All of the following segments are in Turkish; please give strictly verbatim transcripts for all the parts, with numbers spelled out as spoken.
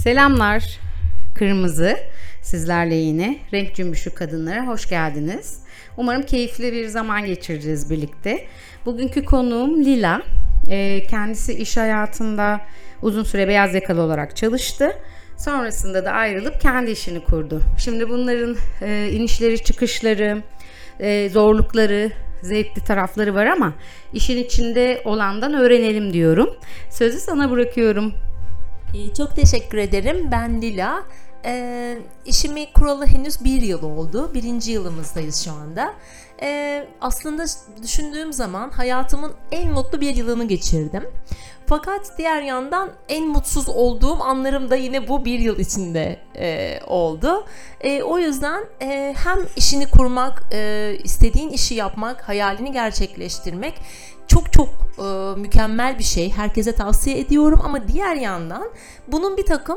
Selamlar. Kırmızı sizlerle yine renk cümbüşü kadınlara hoş geldiniz. Umarım keyifli bir zaman geçireceğiz birlikte. Bugünkü konuğum Lila. Kendisi iş hayatında uzun süre beyaz yakalı olarak çalıştı. Sonrasında da ayrılıp kendi işini kurdu. Şimdi bunların inişleri, çıkışları, zorlukları, zevkli tarafları var ama işin içinde olandan öğrenelim diyorum. Sözü sana bırakıyorum. Çok teşekkür ederim. Ben Lila. E, işimi kuralı henüz bir yıl oldu. Birinci yılımızdayız şu anda. E, aslında düşündüğüm zaman hayatımın en mutlu bir yılını geçirdim. Fakat diğer yandan en mutsuz olduğum anlarım da yine bu bir yıl içinde e, oldu. E, o yüzden e, hem işini kurmak, e, istediğin işi yapmak, hayalini gerçekleştirmek çok çok e, mükemmel bir şey. Herkese tavsiye ediyorum ama diğer yandan bunun bir takım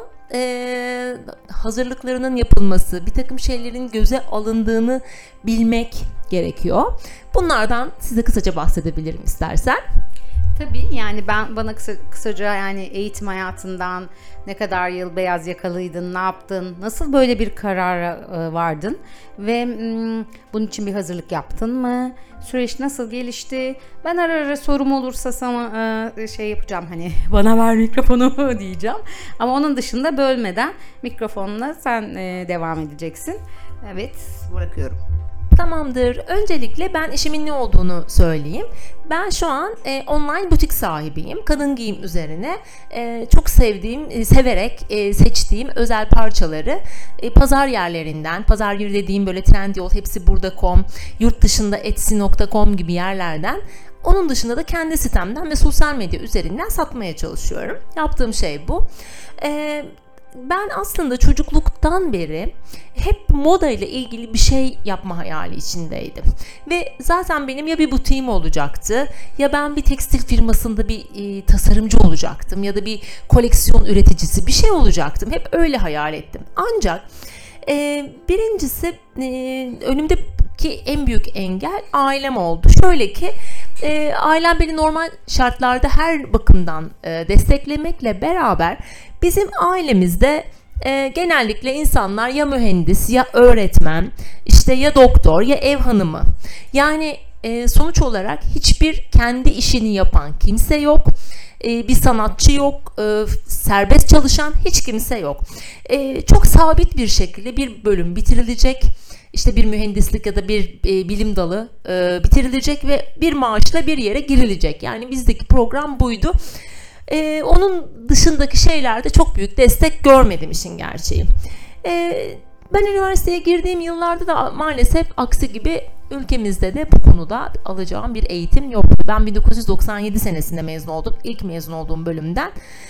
e, hazırlıklarının yapılması, bir takım şeylerin göze alındığını bilmek gerekiyor. Bunlardan size kısaca bahsedebilirim istersen. Tabii yani ben bana kısa, kısaca yani eğitim hayatından ne kadar yıl beyaz yakalıydın, ne yaptın, nasıl böyle bir karara e, vardın ve m, bunun için bir hazırlık yaptın mı? Süreç nasıl gelişti? Ben ara ara sorum olursa sana e, şey yapacağım, hani bana ver mikrofonu diyeceğim. Ama onun dışında bölmeden mikrofonla sen e, devam edeceksin. Evet, bırakıyorum. Tamamdır. Öncelikle ben işimin ne olduğunu söyleyeyim. Ben şu an e, online butik sahibiyim. Kadın giyim üzerine e, çok sevdiğim, e, severek e, seçtiğim özel parçaları e, pazar yerlerinden, pazar yeri dediğim böyle Trendyol, hepsi burada nokta com, yurt dışında etsy nokta com gibi yerlerden, onun dışında da kendi sitemden ve sosyal medya üzerinden satmaya çalışıyorum. Yaptığım şey bu. E, Ben aslında çocukluktan beri hep moda ile ilgili bir şey yapma hayali içindeydim. Ve zaten benim ya bir butiğim olacaktı, ya ben bir tekstil firmasında bir e, tasarımcı olacaktım, ya da bir koleksiyon üreticisi bir şey olacaktım. Hep öyle hayal ettim. Ancak e, birincisi e, önümdeki en büyük engel ailem oldu. Şöyle ki e, ailem beni normal şartlarda her bakımdan e, desteklemekle beraber bizim ailemizde e, genellikle insanlar ya mühendis, ya öğretmen, işte ya doktor, ya ev hanımı. Yani e, sonuç olarak hiçbir kendi işini yapan kimse yok. E, bir sanatçı yok, e, serbest çalışan hiç kimse yok. E, çok sabit bir şekilde bir bölüm bitirilecek. İşte bir mühendislik ya da bir e, bilim dalı e, bitirilecek ve bir maaşla bir yere girilecek. Yani bizdeki program buydu. Ee, onun dışındaki şeylerde çok büyük destek görmedim işin gerçeği. Ee, ben üniversiteye girdiğim yıllarda da maalesef aksi gibi ülkemizde de bu konuda alacağım bir eğitim yoktu. Ben bin dokuz yüz doksan yedi senesinde mezun oldum. İlk mezun olduğum bölümden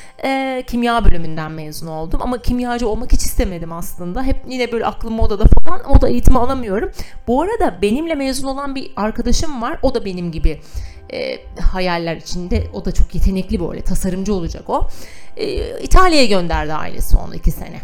e, kimya bölümünden mezun oldum. Ama kimyacı olmak hiç istemedim aslında. Hep yine böyle aklım modada falan, moda eğitimi alamıyorum. Bu arada benimle mezun olan bir arkadaşım var. O da benim gibi E, hayaller içinde. O da çok yetenekli, böyle tasarımcı olacak o. E, İtalya'ya gönderdi ailesi onu iki sene.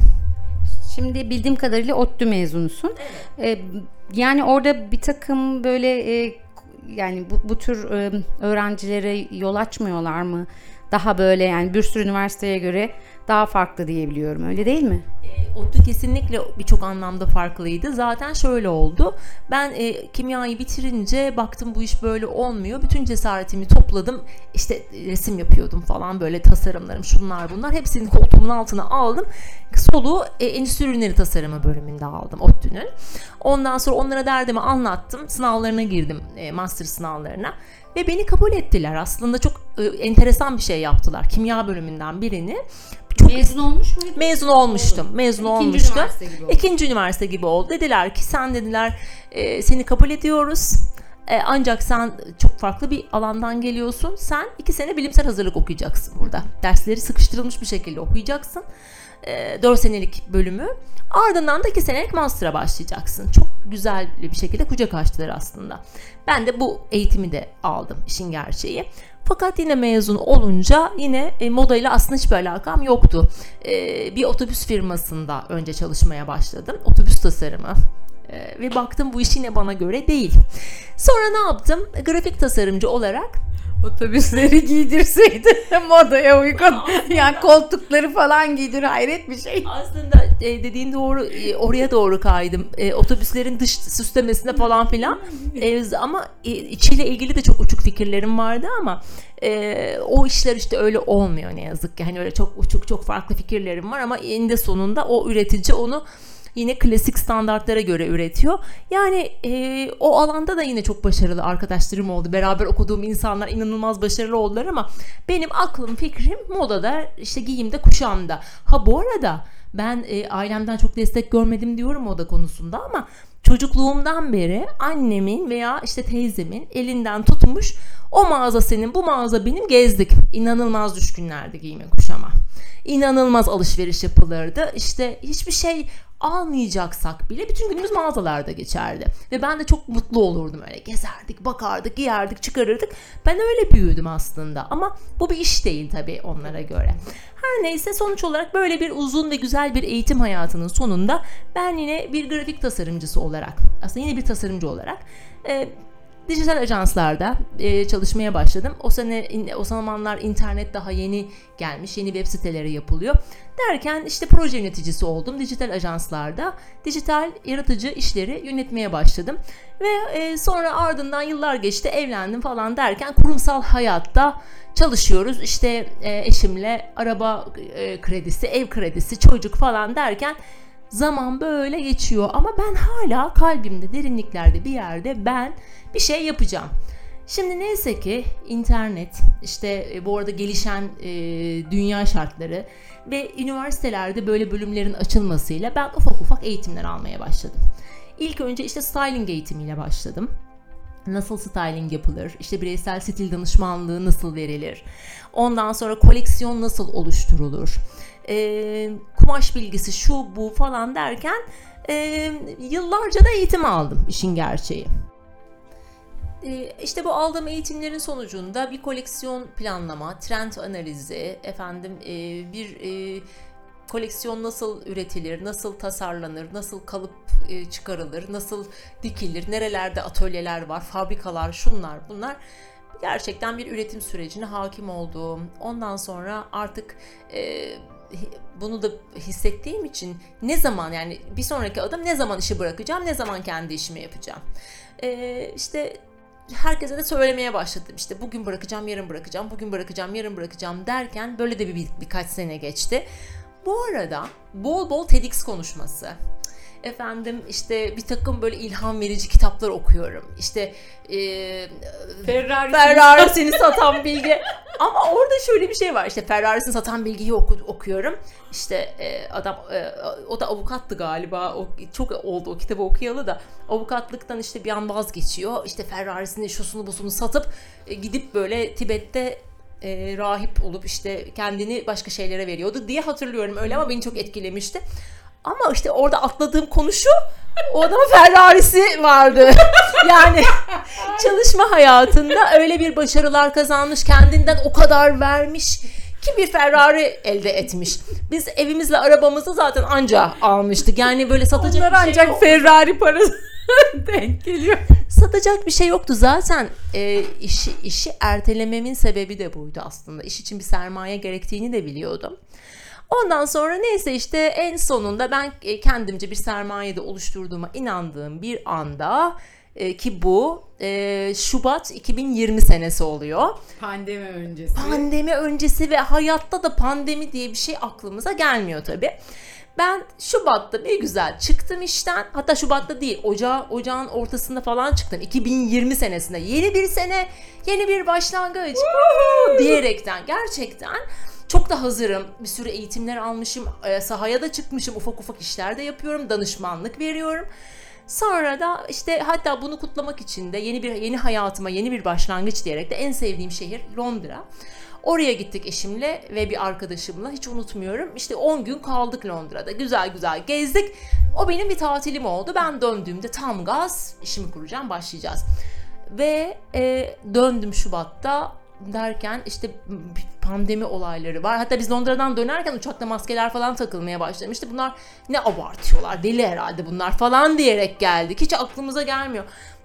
Şimdi bildiğim kadarıyla ODTÜ mezunusun. Evet. Ee, yani orada bir takım böyle e, yani bu, bu tür e, öğrencilere yol açmıyorlar mı? Daha böyle yani bir sürü üniversiteye göre daha farklı diyebiliyorum. Öyle değil mi? E, ODTÜ kesinlikle birçok anlamda farklıydı. Zaten şöyle oldu. Ben e, kimyayı bitirince baktım bu iş böyle olmuyor. Bütün cesaretimi topladım. İşte resim yapıyordum falan, böyle tasarımlarım, şunlar bunlar. Hepsini koltuğumun altına aldım. Soluğu e, endüstri ürünleri tasarımı bölümünde aldım ODTÜ'nün. Ondan sonra onlara derdimi anlattım. Sınavlarına girdim, e, master sınavlarına. Ve beni kabul ettiler. Aslında çok e, enteresan bir şey yaptılar. Kimya bölümünden birini. Çok mezun olmuş muydun? Mezun olmuştum. Oldu. Mezun İkinci olmuştum. Üniversite gibi oldu. İkinci üniversite gibi oldu. Dediler ki sen dediler e, seni kabul ediyoruz. E, ancak sen çok farklı bir alandan geliyorsun. Sen iki sene bilimsel hazırlık okuyacaksın burada. Dersleri sıkıştırılmış bir şekilde okuyacaksın. E, dört senelik bölümü. Ardından da iki senelik master'a başlayacaksın. Çok güzel bir şekilde kucak açtılar aslında. Ben de bu eğitimi de aldım, işin gerçeği. Fakat yine mezun olunca yine e, modayla aslında hiçbir alakam yoktu. E, bir otobüs firmasında önce çalışmaya başladım. Otobüs tasarımı. E, ve baktım bu iş yine bana göre değil. Sonra ne yaptım? Grafik tasarımcı olarak Otobüsleri giydirseydi modaya uygun. Yani koltukları falan giydir, hayret bir şey. Aslında e, dediğin doğru, e, oraya doğru kaydım. E, otobüslerin dış süslemesine falan filan. E, ama e, içiyle ilgili de çok uçuk fikirlerim vardı ama e, o işler işte öyle olmuyor ne yazık ki. Hani öyle çok uçuk, çok farklı fikirlerim var ama eninde sonunda o üretici onu yine klasik standartlara göre üretiyor. Yani e, o alanda da yine çok başarılı arkadaşlarım oldu. Beraber okuduğum insanlar inanılmaz başarılı oldular ama benim aklım, fikrim modada, işte giyimde, kuşamda. Ha bu arada ben e, ailemden çok destek görmedim diyorum moda konusunda ama çocukluğumdan beri annemin veya işte teyzemin elinden tutmuş, o mağaza senin, bu mağaza benim, gezdik. İnanılmaz düşkünlerdi giyime, kuşama. İnanılmaz alışveriş yapılırdı. İşte hiçbir şey almayacaksak bile bütün günümüz mağazalarda geçerdi. Ve ben de çok mutlu olurdum öyle. Gezerdik, bakardık, giyerdik, çıkarırdık. Ben öyle büyüdüm aslında. Ama bu bir iş değil tabii onlara göre. Her neyse, sonuç olarak böyle bir uzun ve güzel bir eğitim hayatının sonunda ben yine bir grafik tasarımcısı olarak, aslında yine bir tasarımcı olarak e, dijital ajanslarda e, çalışmaya başladım. O sene, o zamanlar internet daha yeni gelmiş, yeni web siteleri yapılıyor. Derken işte proje yöneticisi oldum. Dijital ajanslarda dijital yaratıcı işleri yönetmeye başladım. Ve e, sonra ardından yıllar geçti, evlendim falan derken kurumsal hayatta çalışıyoruz. İşte e, eşimle araba e, kredisi, ev kredisi, çocuk falan derken zaman böyle geçiyor. Ama ben hala kalbimde, derinliklerde bir yerde ben bir şey yapacağım. Şimdi neyse ki internet, işte bu arada gelişen e, dünya şartları ve üniversitelerde böyle bölümlerin açılmasıyla ben ufak ufak eğitimler almaya başladım. İlk önce işte styling eğitimiyle başladım. Nasıl styling yapılır, işte bireysel stil danışmanlığı nasıl verilir, ondan sonra koleksiyon nasıl oluşturulur, e, kumaş bilgisi şu bu falan derken e, yıllarca da eğitim aldım, işin gerçeği. İşte bu aldığım eğitimlerin sonucunda bir koleksiyon planlama, trend analizi, efendim bir koleksiyon nasıl üretilir, nasıl tasarlanır, nasıl kalıp çıkarılır, nasıl dikilir, nerelerde atölyeler var, fabrikalar, şunlar bunlar. Gerçekten bir üretim sürecine hakim olduğum, ondan sonra artık bunu da hissettiğim için ne zaman, yani bir sonraki adım, ne zaman işi bırakacağım, ne zaman kendi işimi yapacağım. İşte herkese de söylemeye başladım. İşte bugün bırakacağım, yarın bırakacağım, bugün bırakacağım, yarın bırakacağım derken böyle de bir, bir birkaç sene geçti. Bu arada bol bol TEDx konuşması. Efendim işte bir takım böyle ilham verici kitaplar okuyorum. İşte e, Ferrari Ferrari'sini satan bilgi. Ama orada şöyle bir şey var. İşte Ferrari'sini satan bilgiyi oku, okuyorum. İşte e, adam e, o da avukattı galiba. O, çok oldu o kitabı okuyalı da. Avukatlıktan işte bir an vazgeçiyor. İşte Ferrari'sini, şusunu busunu satıp e, gidip böyle Tibet'te e, rahip olup işte kendini başka şeylere veriyordu diye hatırlıyorum öyle, ama beni çok etkilemişti. Ama işte orada atladığım konu şu, o adamın Ferrari'si vardı. Yani çalışma hayatında öyle bir başarılar kazanmış, kendinden o kadar vermiş ki bir Ferrari elde etmiş. Biz evimizle arabamızı zaten anca almıştık. Yani böyle satacak Onlar bir şey ancak yok. Ferrari parası denk geliyor. Satacak bir şey yoktu. Zaten e, işi, işi ertelememin sebebi de buydu aslında. İş için bir sermaye gerektiğini de biliyordum. Ondan sonra neyse işte en sonunda ben kendimce bir sermaye de oluşturduğuma inandığım bir anda e, ki bu e, Şubat iki bin yirmi senesi oluyor. Pandemi öncesi. Pandemi öncesi ve hayatta da pandemi diye bir şey aklımıza gelmiyor tabii. Ben Şubat'ta bir güzel çıktım işten. Hatta Şubat'ta değil, Ocağı, ocağın ortasında falan çıktım. iki bin yirmi senesinde. Yeni bir sene, yeni bir başlangıç diyerekten gerçekten çok da hazırım. Bir sürü eğitimler almışım. E, sahaya da çıkmışım. Ufak ufak işler de yapıyorum. Danışmanlık veriyorum. Sonra da işte hatta bunu kutlamak için de yeni bir yeni hayatıma yeni bir başlangıç diyerek de en sevdiğim şehir Londra. Oraya gittik eşimle ve bir arkadaşımla, hiç unutmuyorum. İşte on gün kaldık Londra'da. Güzel güzel gezdik. O benim bir tatilim oldu. Ben döndüğümde tam gaz işimi kuracağım, başlayacağız. Ve e, döndüm Şubat'ta. Derken işte pandemi olayları var. Hatta biz Londra'dan dönerken uçakta maskeler falan takılmaya başlamıştı. Bunlar ne abartıyorlar, deli herhalde bunlar falan diyerek geldik. Hiç aklımıza gelmiyor.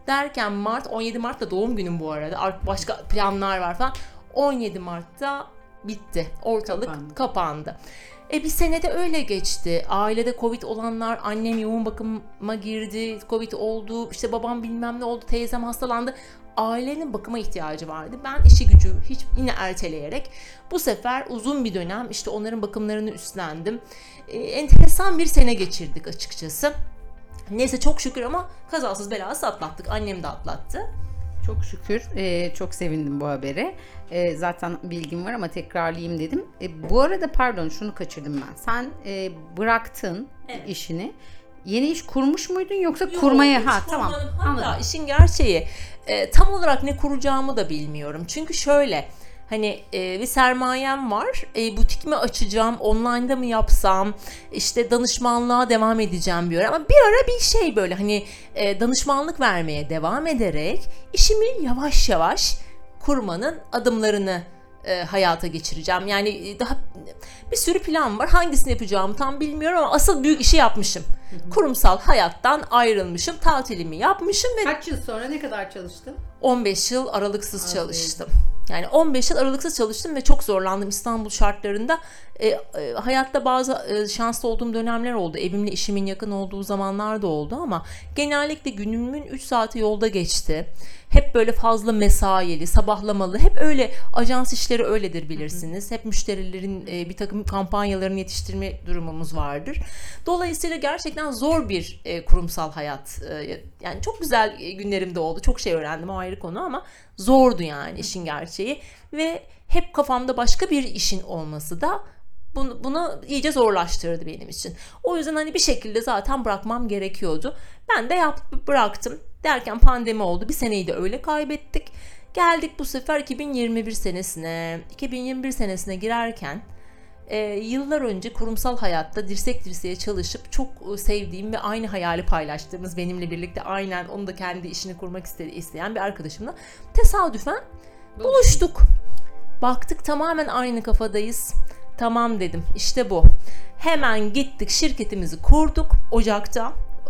Derken Mart, on yedi Mart'ta doğum günüm bu arada. Başka planlar var falan. on yedi Mart'ta bitti. Ortalık kapandı. kapandı. E bir senede öyle geçti. Ailede Covid olanlar, annem yoğun bakıma girdi, Covid oldu, işte babam bilmem ne oldu, teyzem hastalandı. Ailenin bakıma ihtiyacı vardı. Ben işi gücü hiç yine erteleyerek bu sefer uzun bir dönem işte onların bakımlarını üstlendim. E, enteresan bir sene geçirdik açıkçası. Neyse çok şükür ama kazasız belasız atlattık. Annem de atlattı. Çok şükür. Ee, çok sevindim bu habere. Ee, zaten bilgim var ama tekrarlayayım dedim. Ee, bu arada pardon şunu kaçırdım ben. Sen e, bıraktın evet. işini. Yeni iş kurmuş muydun yoksa Yok, kurmaya? Ha tamam. Hatta işin gerçeği e, tam olarak ne kuracağımı da bilmiyorum. Çünkü şöyle hani e, bir sermayem var. E, butik mi açacağım, online'da mı yapsam, işte danışmanlığa devam edeceğim bir ara. Ama bir ara bir şey böyle hani e, danışmanlık vermeye devam ederek işimi yavaş yavaş kurmanın adımlarını e, hayata geçireceğim. Yani daha bir sürü plan var. Hangisini yapacağımı tam bilmiyorum ama asıl büyük işi yapmışım. Hı hı. Kurumsal hayattan ayrılmışım, tatilimi yapmışım ve kaç yıl sonra ne kadar çalıştın? on beş yıl aralıksız Az çalıştım. Değil. Yani on beş yıl aralıksız çalıştım ve çok zorlandım İstanbul şartlarında. E, e, hayatta bazı e, şanslı olduğum dönemler oldu. Evimle işimin yakın olduğu zamanlar da oldu ama genellikle günümün üç saati yolda geçti. Hep böyle fazla mesaili, sabahlamalı. Hep öyle ajans işleri öyledir bilirsiniz. Hı hı. Hep müşterilerin e, bir takım kampanyalarını yetiştirme durumumuz vardır. Dolayısıyla gerçekten zor bir e, kurumsal hayat. E, yani çok güzel günlerim de oldu. Çok şey öğrendim, o ayrı konu ama zordu yani işin gerçeği. Ve hep kafamda başka bir işin olması da bunu, bunu iyice zorlaştırdı benim için. O yüzden hani bir şekilde zaten bırakmam gerekiyordu. Ben de yap, bıraktım. Derken pandemi oldu. Bir seneyi de öyle kaybettik. Geldik bu sefer iki bin yirmi bir senesine. iki bin yirmi bir senesine girerken e, yıllar önce kurumsal hayatta dirsek dirseğe çalışıp çok sevdiğim ve aynı hayali paylaştığımız, benimle birlikte aynen onu da kendi işini kurmak istedi, isteyen bir arkadaşımla tesadüfen buluştuk. Baktık tamamen aynı kafadayız. Tamam dedim, işte bu. Hemen gittik, şirketimizi kurduk Ocak'ta.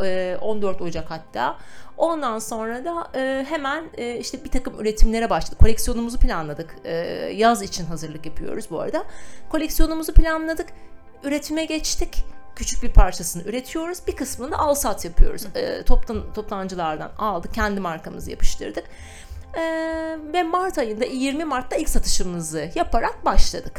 on dört Ocak hatta. Ondan sonra da e, hemen e, işte bir takım üretimlere başladık. Koleksiyonumuzu planladık. E, yaz için hazırlık yapıyoruz bu arada. Koleksiyonumuzu planladık. Üretime geçtik. Küçük bir parçasını üretiyoruz. Bir kısmını da al sat yapıyoruz. E, toptan, toptancılardan aldık. Kendi markamızı yapıştırdık. E, ve Mart ayında yirmi Mart'ta ilk satışımızı yaparak başladık.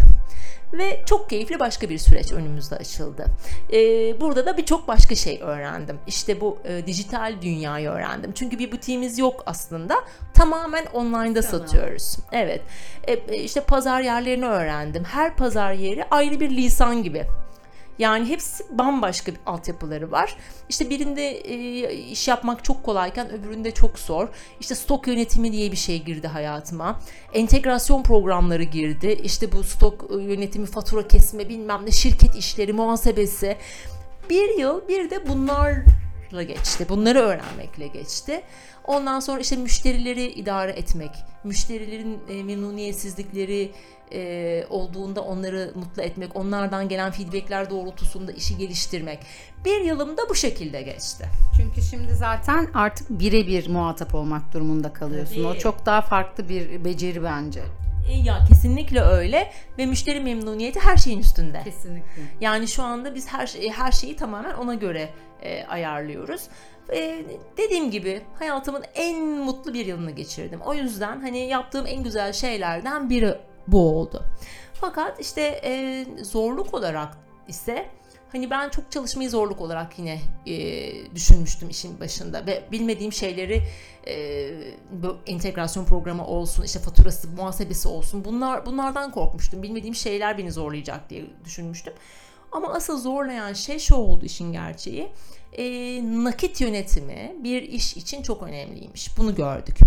Ve çok keyifli başka bir süreç önümüzde açıldı. Ee, burada da birçok başka şey öğrendim. İşte bu e, dijital dünyayı öğrendim. Çünkü bir butiğimiz yok aslında. Tamamen online'da tamam. satıyoruz. Evet. E, işte pazar yerlerini öğrendim. Her pazar yeri ayrı bir lisan gibi. Yani hepsi bambaşka bir altyapıları var. İşte birinde e, iş yapmak çok kolayken öbüründe çok zor. İşte stok yönetimi diye bir şey girdi hayatıma. Entegrasyon programları girdi. İşte bu stok yönetimi, fatura kesme, bilmem ne, şirket işleri, muhasebesi. Bir yıl bir de bunlarla geçti. Bunları öğrenmekle geçti. Ondan sonra işte müşterileri idare etmek, müşterilerin e, memnuniyetsizlikleri e, olduğunda onları mutlu etmek, onlardan gelen feedbackler doğrultusunda işi geliştirmek. Bir yılım da bu şekilde geçti. Çünkü şimdi zaten artık birebir muhatap olmak durumunda kalıyorsun. Tabii. O çok daha farklı bir beceri bence. Ya kesinlikle öyle ve müşteri memnuniyeti her şeyin üstünde. Kesinlikle. Yani şu anda biz her şey, her şeyi tamamen ona göre e, ayarlıyoruz. E, dediğim gibi hayatımın en mutlu bir yılını geçirdim. O yüzden hani yaptığım en güzel şeylerden biri bu oldu. Fakat işte e, zorluk olarak ise hani ben çok çalışmayı zorluk olarak yine e, düşünmüştüm işin başında ve bilmediğim şeyleri e, bu entegrasyon programı olsun, işte faturası, muhasebesi olsun, bunlar bunlardan korkmuştum. Bilmediğim şeyler beni zorlayacak diye düşünmüştüm. Ama asıl zorlayan şey şu oldu işin gerçeği. E, nakit yönetimi bir iş için çok önemliymiş. Bunu gördük.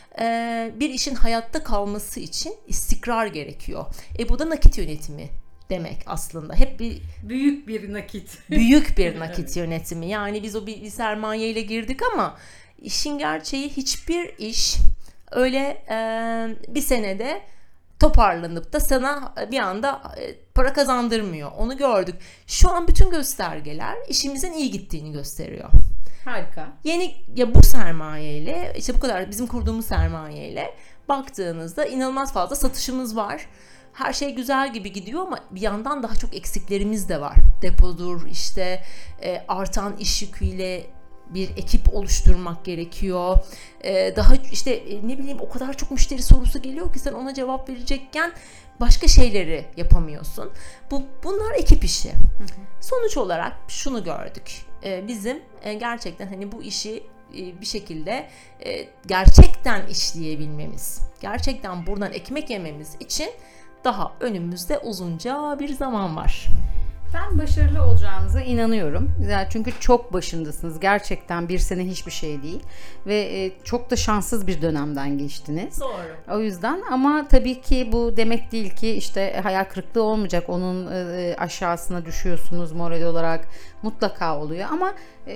E, bir işin hayatta kalması için istikrar gerekiyor. E bu da nakit yönetimi demek aslında. Hep bir büyük bir nakit. Büyük bir nakit yönetimi. Yani biz o bir, bir sermayeyle girdik ama işin gerçeği hiçbir iş öyle e, bir senede toparlanıp da sana bir anda e, para kazandırmıyor. Onu gördük. Şu an bütün göstergeler işimizin iyi gittiğini gösteriyor. Harika. Yeni ya bu sermayeyle, işte bu kadar bizim kurduğumuz sermayeyle baktığınızda inanılmaz fazla satışımız var. Her şey güzel gibi gidiyor ama bir yandan daha çok eksiklerimiz de var. Depodur, işte e, artan iş yüküyle bir ekip oluşturmak gerekiyor. E, daha işte e, ne bileyim o kadar çok müşteri sorusu geliyor ki sen ona cevap verecekken başka şeyleri yapamıyorsun. Bu bunlar ekip işi. Hı hı. Sonuç olarak şunu gördük. E, bizim e, gerçekten hani bu işi bir şekilde e, gerçekten işleyebilmemiz, gerçekten buradan ekmek yememiz için daha önümüzde uzunca bir zaman var. Ben başarılı olacağınıza inanıyorum. Çünkü çok başındasınız. Gerçekten bir sene hiçbir şey değil. Ve çok da şanssız bir dönemden geçtiniz. Doğru. O yüzden ama tabii ki bu demek değil ki işte hayal kırıklığı olmayacak. Onun aşağısına düşüyorsunuz moral olarak. Mutlaka oluyor ama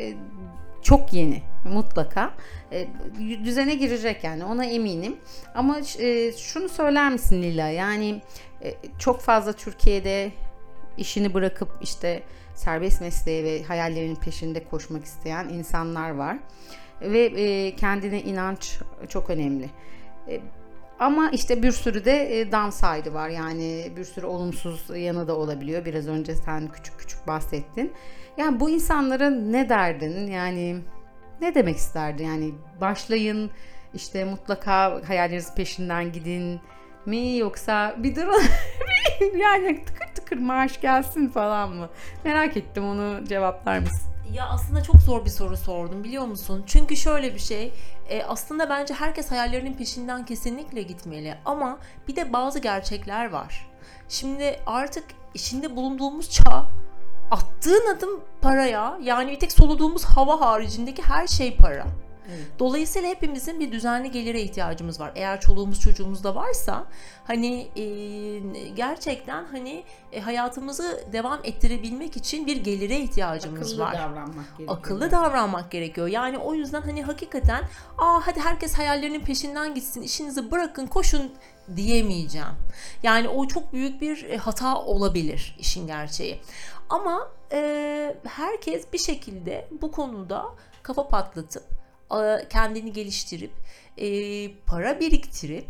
çok yeni mutlaka e, düzene girecek yani ona eminim ama e, şunu söyler misin Lila, yani e, çok fazla Türkiye'de işini bırakıp işte serbest mesleğe ve hayallerinin peşinde koşmak isteyen insanlar var ve e, kendine inanç çok önemli e, ama işte bir sürü de e, downside'ı var, yani bir sürü olumsuz yanı da olabiliyor. Biraz önce sen küçük küçük bahsettin. Yani bu insanlara ne derdin? Yani ne demek isterdin? Yani başlayın işte mutlaka hayalleriniz peşinden gidin mi, yoksa bir durun yani tıkır tıkır maaş gelsin falan mı? Merak ettim, onu cevaplar mısın? Ya aslında çok zor bir soru sordum, biliyor musun? Çünkü şöyle bir şey, e, aslında bence herkes hayallerinin peşinden kesinlikle gitmeli ama bir de bazı gerçekler var. Şimdi artık içinde bulunduğumuz çağ, attığın adım paraya, yani bir tek soluduğumuz hava haricindeki her şey para. Evet. Dolayısıyla hepimizin bir düzenli gelire ihtiyacımız var. Eğer çoluğumuz çocuğumuz da varsa hani e, gerçekten hani e, hayatımızı devam ettirebilmek için bir gelire ihtiyacımız akıllı var. Davranmak gerekiyor. Akıllı davranmak gerekiyor. Yani o yüzden hani hakikaten aa hadi herkes hayallerinin peşinden gitsin, işinizi bırakın, koşun diyemeyeceğim. Yani o çok büyük bir hata olabilir işin gerçeği. Ama e, herkes bir şekilde bu konuda kafa patlatıp kendini geliştirip e, para biriktirip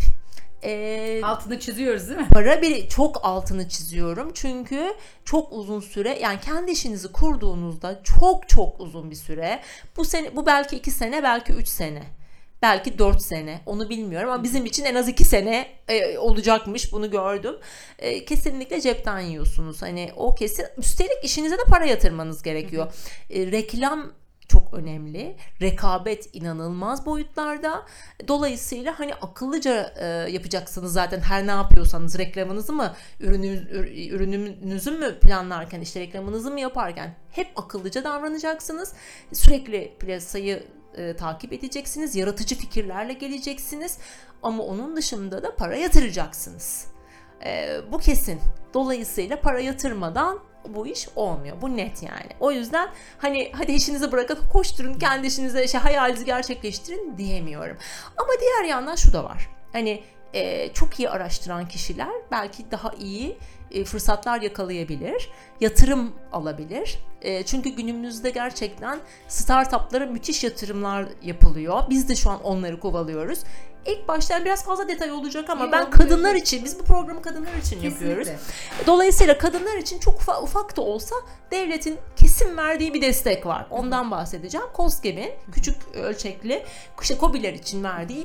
e, altını çiziyoruz değil mi? Para bir çok altını çiziyorum çünkü çok uzun süre, yani kendi işinizi kurduğunuzda çok çok uzun bir süre, bu sene bu belki iki sene, belki üç sene, belki dört sene, onu bilmiyorum ama bizim için en az iki sene e, olacakmış, bunu gördüm. E, kesinlikle cepten yiyorsunuz. Hani o kesin. Üstelik işinize de para yatırmanız gerekiyor. E, reklam çok önemli. Rekabet inanılmaz boyutlarda. Dolayısıyla hani akıllıca e, yapacaksınız zaten her ne yapıyorsanız. Reklamınızı mı, ürününüz, ürününüzü mü planlarken, işte reklamınızı mı yaparken hep akıllıca davranacaksınız. Sürekli piyasayı e, takip edeceksiniz. Yaratıcı fikirlerle geleceksiniz. Ama onun dışında da para yatıracaksınız. E, bu kesin. Dolayısıyla para yatırmadan bu iş olmuyor. Bu net yani. O yüzden hani hadi işinizi bırakın, koşturun, kendi işinize, şey, hayalinizi gerçekleştirin diyemiyorum. Ama diğer yandan şu da var. Hani e, çok iyi araştıran kişiler belki daha iyi e, fırsatlar yakalayabilir, yatırım alabilir. E, çünkü günümüzde gerçekten startuplara müthiş yatırımlar yapılıyor. Biz de şu an onları kovalıyoruz. İlk baştan biraz fazla detay olacak ama İyi ben olabilir. Kadınlar için, biz bu programı kadınlar için Kesinlikle. yapıyoruz. Dolayısıyla kadınlar için çok ufak, ufak da olsa devletin kesin verdiği bir destek var. Ondan bahsedeceğim. KOSGEB'in küçük ölçekli, işte KOBİ'ler için verdiği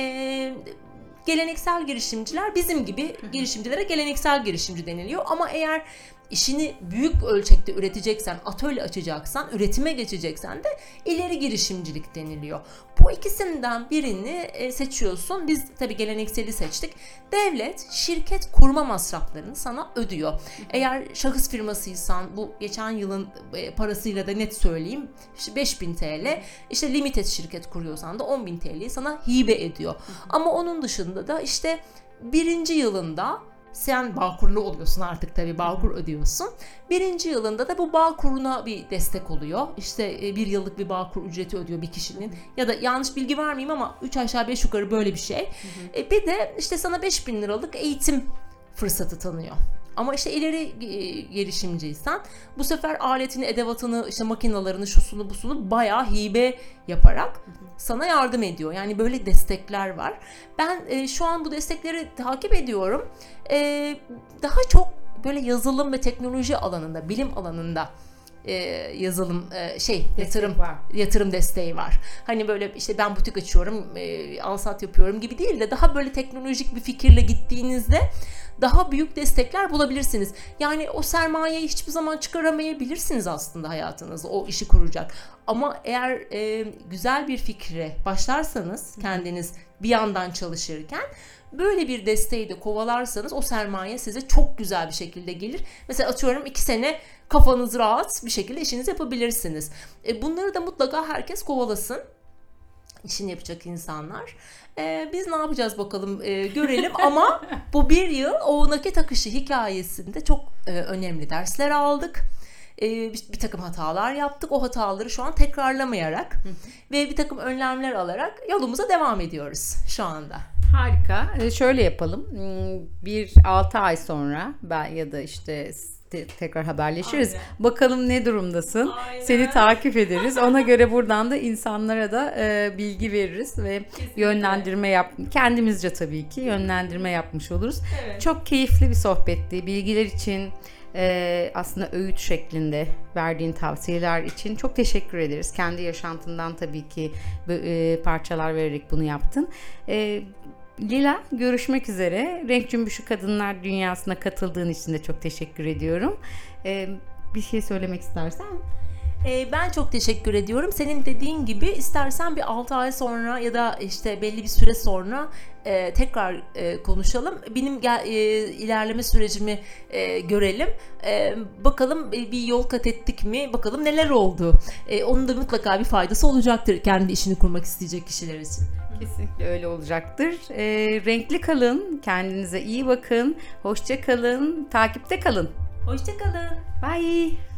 e, geleneksel girişimciler, bizim gibi girişimcilere geleneksel girişimci deniliyor. Ama eğer işini büyük ölçekte üreteceksen, atölye açacaksan, üretime geçeceksen de ileri girişimcilik deniliyor. Bu ikisinden birini seçiyorsun. Biz tabii gelenekseli seçtik. Devlet şirket kurma masraflarını sana ödüyor. Eğer şahıs firmasıysan, bu geçen yılın parasıyla da net söyleyeyim, beş bin TL. İşte limited şirket kuruyorsan da on bin T L'yi sana hibe ediyor. Ama onun dışında da işte birinci yılında sen Bağkurlu oluyorsun artık, tabii Bağkur ödüyorsun. Birinci yılında da bu Bağkur'una bir destek oluyor. İşte bir yıllık bir Bağkur ücreti ödüyor bir kişinin. Ya da yanlış bilgi vermeyeyim ama üç aşağı beş yukarı böyle bir şey. Hı hı. E bir de işte sana beş bin liralık eğitim fırsatı tanıyor. Ama işte ileri e, gelişimciysen bu sefer aletini, edevatını, işte makinalarını, şusunu, busunu bayağı hibe yaparak sana yardım ediyor. Yani böyle destekler var. Ben e, şu an bu destekleri takip ediyorum. E, daha çok böyle yazılım ve teknoloji alanında, bilim alanında e, yazılım e, şey Destek yatırım var. yatırım desteği var. Hani böyle işte ben butik açıyorum, e, alsat yapıyorum gibi değil de daha böyle teknolojik bir fikirle gittiğinizde daha büyük destekler bulabilirsiniz. Yani o sermayeyi hiçbir zaman çıkaramayabilirsiniz aslında hayatınızda o işi kuracak. Ama eğer e, güzel bir fikre başlarsanız kendiniz bir yandan çalışırken böyle bir desteği de kovalarsanız o sermaye size çok güzel bir şekilde gelir. Mesela atıyorum iki sene kafanız rahat bir şekilde işinizi yapabilirsiniz. E, bunları da mutlaka herkes kovalasın. İşini yapacak insanlar. Ee, biz ne yapacağız bakalım e, görelim ama bu bir yıl o nakit akışı hikayesinde çok e, önemli dersler aldık. E, bir, bir takım hatalar yaptık. O hataları şu an tekrarlamayarak ve bir takım önlemler alarak yolumuza devam ediyoruz şu anda. Harika. Ee, şöyle yapalım. Hmm, Bir altı ay sonra ben ya da işte te- tekrar haberleşiriz. Aynen. Bakalım ne durumdasın. Aynen. Seni takip ederiz. Ona göre buradan da insanlara da e, bilgi veririz ve yönlendirme yap kendimizce tabii ki yönlendirme yapmış oluruz. Evet. Çok keyifli bir sohbetti. Bilgiler için e, aslında öğüt şeklinde verdiğin tavsiyeler için çok teşekkür ederiz. Kendi yaşantından tabii ki e, parçalar vererek bunu yaptın. E, Lila, görüşmek üzere. Renk Cümbüşü Kadınlar Dünyası'na katıldığın için de çok teşekkür ediyorum. Ee, bir şey söylemek istersen? Ee, Ben çok teşekkür ediyorum. Senin dediğin gibi istersen bir altı ay sonra ya da işte belli bir süre sonra e, tekrar e, konuşalım. Benim gel, e, ilerleme sürecimi e, görelim. E, bakalım e, bir yol kat ettik mi? Bakalım neler oldu? E, onun da mutlaka bir faydası olacaktır kendi işini kurmak isteyecek kişiler için. Kesinlikle öyle olacaktır. Ee, renkli kalın, kendinize iyi bakın, hoşça kalın, takipte kalın. Hoşça kalın. Bye.